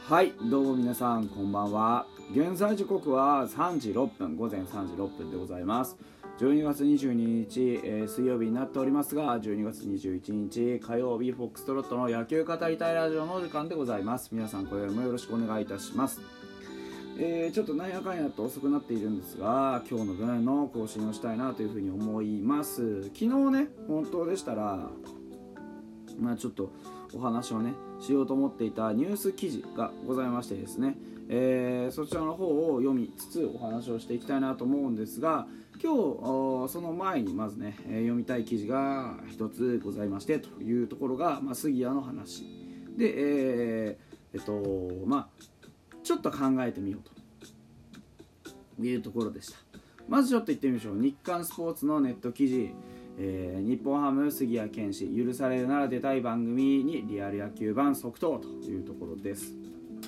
はい、どうも皆さんこんばんは。現在時刻は3時6分、午前3時6分でございます。12月22日、水曜日になっておりますが、12月21日火曜日、フォックストロットの野球語りたいラジオの時間でございます。皆さん今宵もよろしくお願いいたします。ちょっとなんやかんやと遅くなっているんですが、今日の分の更新をしたいなというふうに思います。昨日ね、本当でしたらちょっとお話をねしようと思っていたニュース記事がございましてですね、そちらの方を読みつつお話をしていきたいなと思うんですが、今日その前にまずね、読みたい記事が一つございましてというところが、杉谷の話で、ちょっと考えてみようというところでした。まずちょっと言ってみましょう。日刊スポーツのネット記事、日本ハム杉谷拳士許されるなら出たい番組にリアル野球版即答というところです。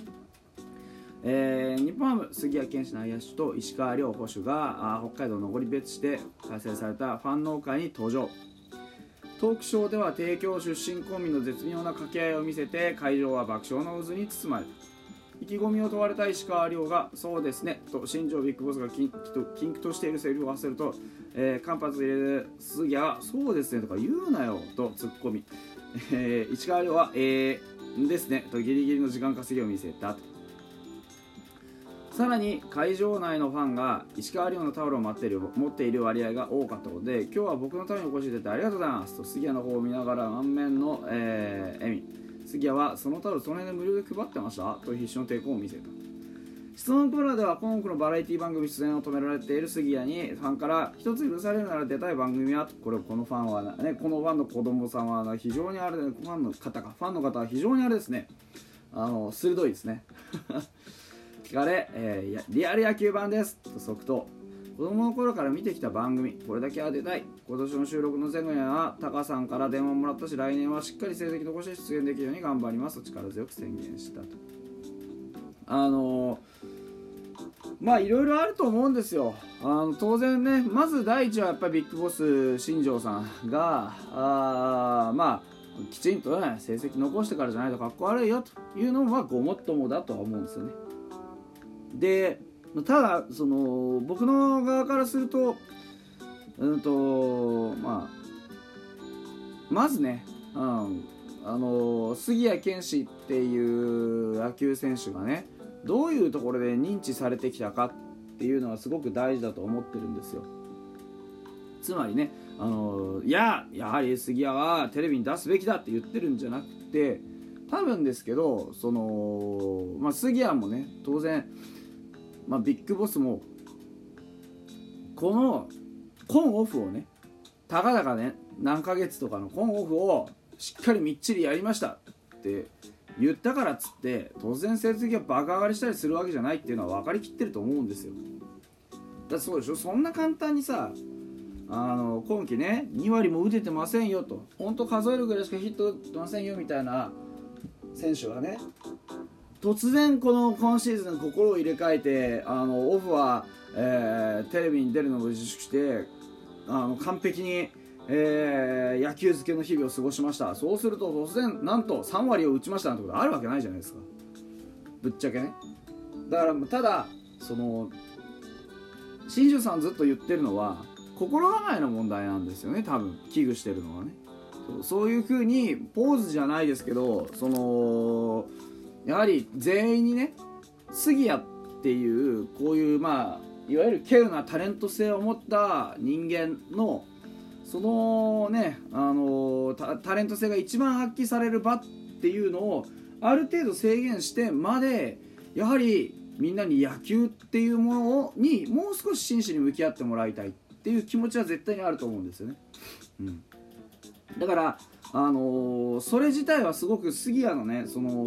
日本ハム杉谷拳士内野手と石川遼捕手が北海道登別市で開催されたファン農会に登場。トークショーでは帝京出身コンビの絶妙な掛け合いを見せて会場は爆笑の渦に包まれた。意気込みを問われた石川遼がそうですねと新庄ビッグボスがキンクとしているセリフを忘れると、間髪入れる杉谷はそうですねとか言うなよと突っ込み、石川遼はですねとギリギリの時間稼ぎを見せたと。さらに会場内のファンが石川遼のタオルを持っている割合が多かったので、今日は僕のためにお越しいただいてありがとうございますと杉谷の方を見ながら満面の、笑み。杉谷はそのタオルその辺で無料で配ってましたと必死の抵抗を見せた。質問コーナーでは今期のバラエティ番組出演を止められている杉谷にファンから一つ許されるなら出たい番組はこのファンはね、このファンの子供さんは非常にあれファンの方は非常にあれですね、鋭いですね聞かれ、リアル野球版ですと即答。子供の頃から見てきた番組、これだけは出たい。今年の収録の前後にはタカさんから電話もらったし、来年はしっかり成績残して出演できるように頑張りますと力強く宣言したと。いろいろあると思うんですよ。当然ね、まず第一はやっぱりビッグボス新庄さんがきちんとね成績残してからじゃないとかっこ悪いよというのはごもっともだとは思うんですよね。でただ僕の側からするとまずね、杉谷拳士っていう野球選手がねどういうところで認知されてきたかっていうのはすごく大事だと思ってるんですよ。つまりねやはり杉谷はテレビに出すべきだって言ってるんじゃなくて、多分ですけど杉谷もね当然ビッグボスもこのコンオフをねたかだかね何ヶ月とかのコンオフをしっかりみっちりやりましたって言ったからっつって突然成績が爆上がりしたりするわけじゃないっていうのは分かりきってると思うんですよ。だそうでしょ。そんな簡単にさ今季ね2割も打ててませんよと、本当数えるぐらいしかヒット打ってませんよみたいな選手がね突然今シーズン心を入れ替えてオフは、テレビに出るのを自粛して完璧に、野球漬けの日々を過ごしました。そうすると突然なんと3割を打ちましたなんてことあるわけないじゃないですか、ぶっちゃけね。だからただ新庄さんずっと言ってるのは心構えの問題なんですよね。多分危惧してるのはねそういう風にポーズじゃないですけどやはり全員にね杉谷っていうこういういわゆる稀有なタレント性を持った人間のタレント性が一番発揮される場っていうのをある程度制限してまでやはりみんなに野球っていうものにもう少し真摯に向き合ってもらいたいっていう気持ちは絶対にあると思うんですよね。だからそれ自体はすごく杉谷のね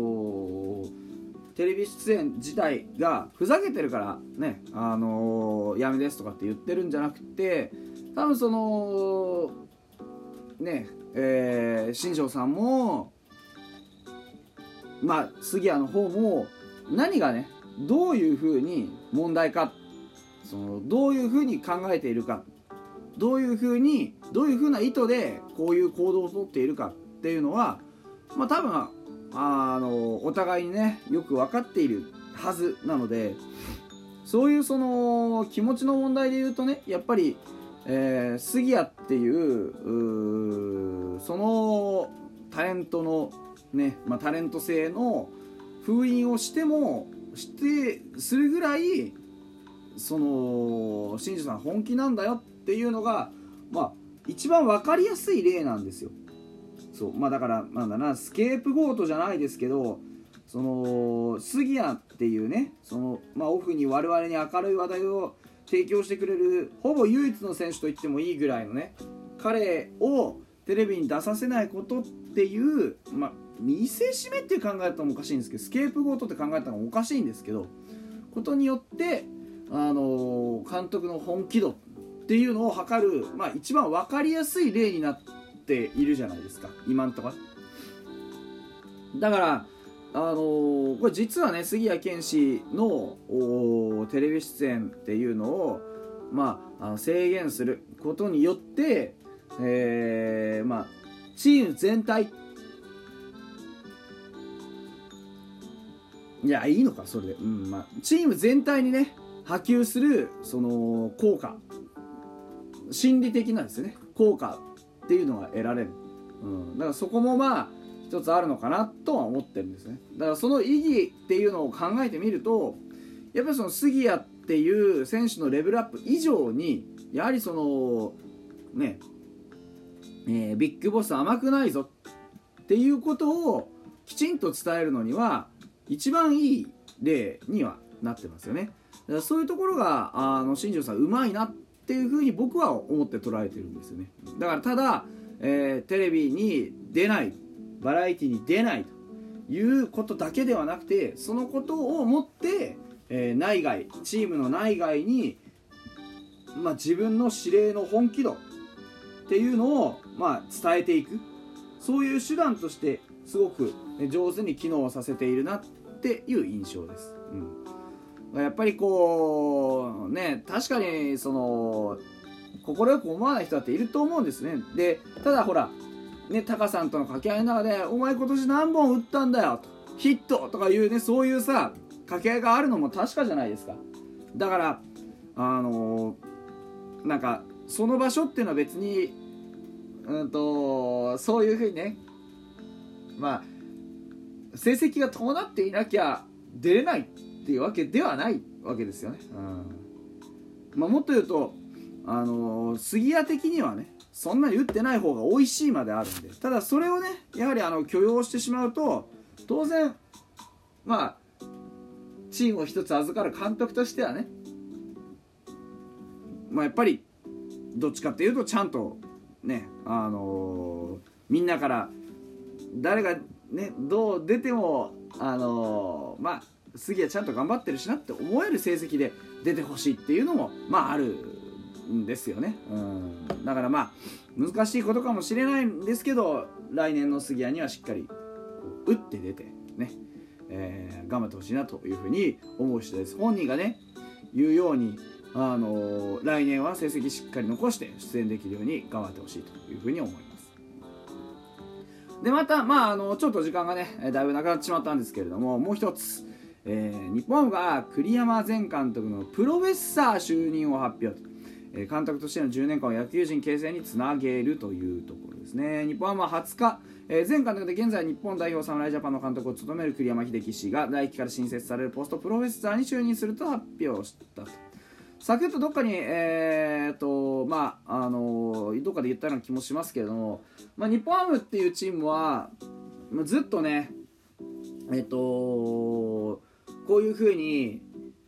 テレビ出演自体がふざけてるからねやめですとかって言ってるんじゃなくて、多分新庄さんも杉谷の方も何がねどういうふうに問題かどういうふうに考えているか、どういうふうな意図でこういう行動をとっているかっていうのは多分お互いにねよく分かっているはずなので、そういうその気持ちの問題で言うとね、やっぱり、杉谷っていうそのタレントのね、タレント性の封印をするぐらいその新庄さん本気なんだよっていうのが、一番分かりやすい例なんですよ。そう、だからスケープゴートじゃないですけど、その杉谷っていうね、そのオフに我々に明るい話題を提供してくれるほぼ唯一の選手と言ってもいいぐらいのね、彼をテレビに出させないことっていう、見せしめって考えたらおかしいんですけど、スケープゴートって考えたらおかしいんですけど、ことによって監督の本気度っていうのを測る、一番分かりやすい例になっているじゃないですか、今んところ。だからこれ実はね、杉谷拳士のテレビ出演っていうのを、制限することによって、チーム全体、いやいいのかそれで、チーム全体にね波及するその効果、心理的なですね効果っていうのが得られる、だからそこも一つあるのかなとは思ってるんですね。だからその意義っていうのを考えてみると、やっぱりその杉谷っていう選手のレベルアップ以上に、やはりそのね、ビッグボス甘くないぞっていうことをきちんと伝えるのには一番いい例にはなってますよね。だからそういうところが新庄さんうまいなっていうふうに僕は思って捉えてるんですよね。だからただ、テレビに出ない、バラエティに出ないということだけではなくて、そのことをもって、内外チームの内外に、自分の指令の本気度っていうのを、伝えていく、そういう手段としてすごく上手に機能させているなっていう印象です、やっぱりこうね、確かにその快く思わない人だっていると思うんですね。でただほらね、タカさんとの掛け合いの中でお前今年何本打ったんだよと、ヒットとかいうね、そういう掛け合いがあるのも確かじゃないですか。だからなんかその場所っていうのは別にそういうふうにね、成績が伴っていなきゃ出れないっていうわけではないわけですよね。もっと言うと杉谷的にはね、そんなに打ってない方が美味しいまであるんで、ただそれをねやはり許容してしまうと、当然チームを一つ預かる監督としてはね、やっぱりどっちかっていうとちゃんとね、みんなから誰がねどう出ても杉谷ちゃんと頑張ってるしなって思える成績で出てほしいっていうのもあるんですよね。だから難しいことかもしれないんですけど、来年の杉谷にはしっかり打って出てね、頑張ってほしいなというふうに思う人です。本人がね言うように来年は成績しっかり残して出演できるように頑張ってほしいというふうに思います。でまたちょっと時間がねだいぶなくなってしまったんですけれども、もう一つ、日本が栗山前監督のプロフェッサー就任を発表と、監督としての10年間を野球人形成につなげるというところですね。日本は20日、前監督で現在日本代表侍ジャパンの監督を務める栗山英樹氏が来季から新設されるポストプロフェッサーに就任すると発表したと。先ほどどっかにどっかで言ったような気もしますけれども、日本ハムっていうチームはずっとねこういう風に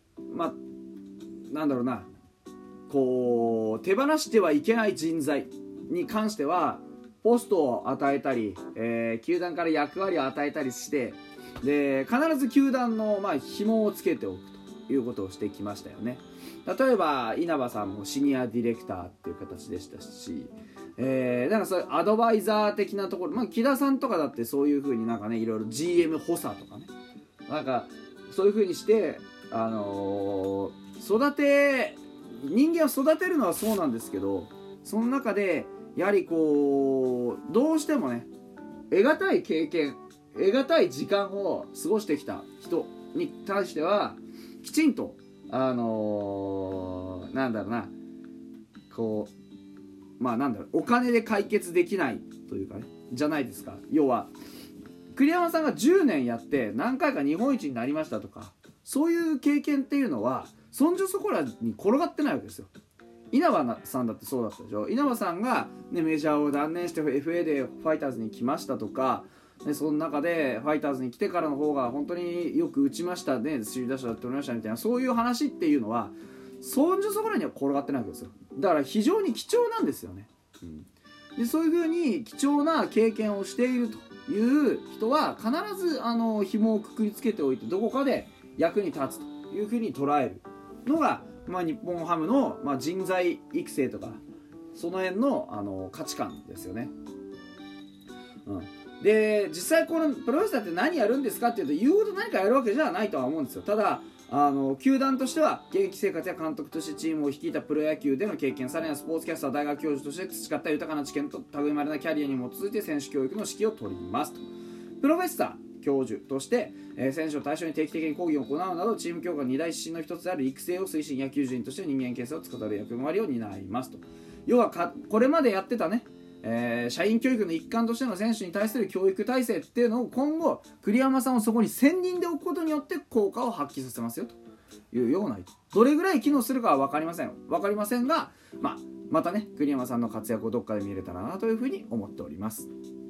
こう手放してはいけない人材に関してはポストを与えたり、球団から役割を与えたりして、で必ず球団の紐をつけておくということをしてきましたよね。例えば稲葉さんもシニアディレクターっていう形でしたし、そういうアドバイザー的なところ、木田さんとかだってそういう風にいろいろ GM 補佐とかね、そういう風にして人間を育てるのはそうなんですけど、その中でやはりこうどうしてもね得難い経験、 得難い時間を過ごしてきた人に対してはきちんとなんだろうなこうお金で解決できないというかねじゃないですか。要は栗山さんが10年やって何回か日本一になりましたとかそういう経験っていうのはそんじょそこらに転がってないわけですよ。稲葉さんだってそうだったでしょ。稲葉さんが、ね、メジャーを断念して FA でファイターズに来ましたとか、ね、その中でファイターズに来てからの方が本当によく打ちましたね首位打者だっておりましたみたいなそういう話っていうのはそんじょそこらには転がってないわけですよ。だから非常に貴重なんですよね、でそういう風に貴重な経験をしているという人は必ず紐をくくりつけておいてどこかで役に立つという風に捉えるのが、日本ハムの、人材育成とかその辺の、価値観ですよね、で実際このプロフェッサーって何やるんですかっていうと言うほど何かやるわけじゃないとは思うんですよ。ただ球団としては現役生活や監督としてチームを率いたプロ野球での経験、さらにはスポーツキャスター大学教授として培った豊かな知見と類まれなキャリアに基づいて選手教育の指揮を取りますと。プロフェッサー教授として、選手を対象に定期的に講義を行うなどチーム強化の2大指針の一つである育成を推進、野球人として人間形成を司る役割を担いますと。要はこれまでやってたね社員教育の一環としての選手に対する教育体制っていうのを今後栗山さんをそこに専任で置くことによって効果を発揮させますよというような、どれぐらい機能するかは分かりませんが、またね栗山さんの活躍をどっかで見れたらなというふうに思っております。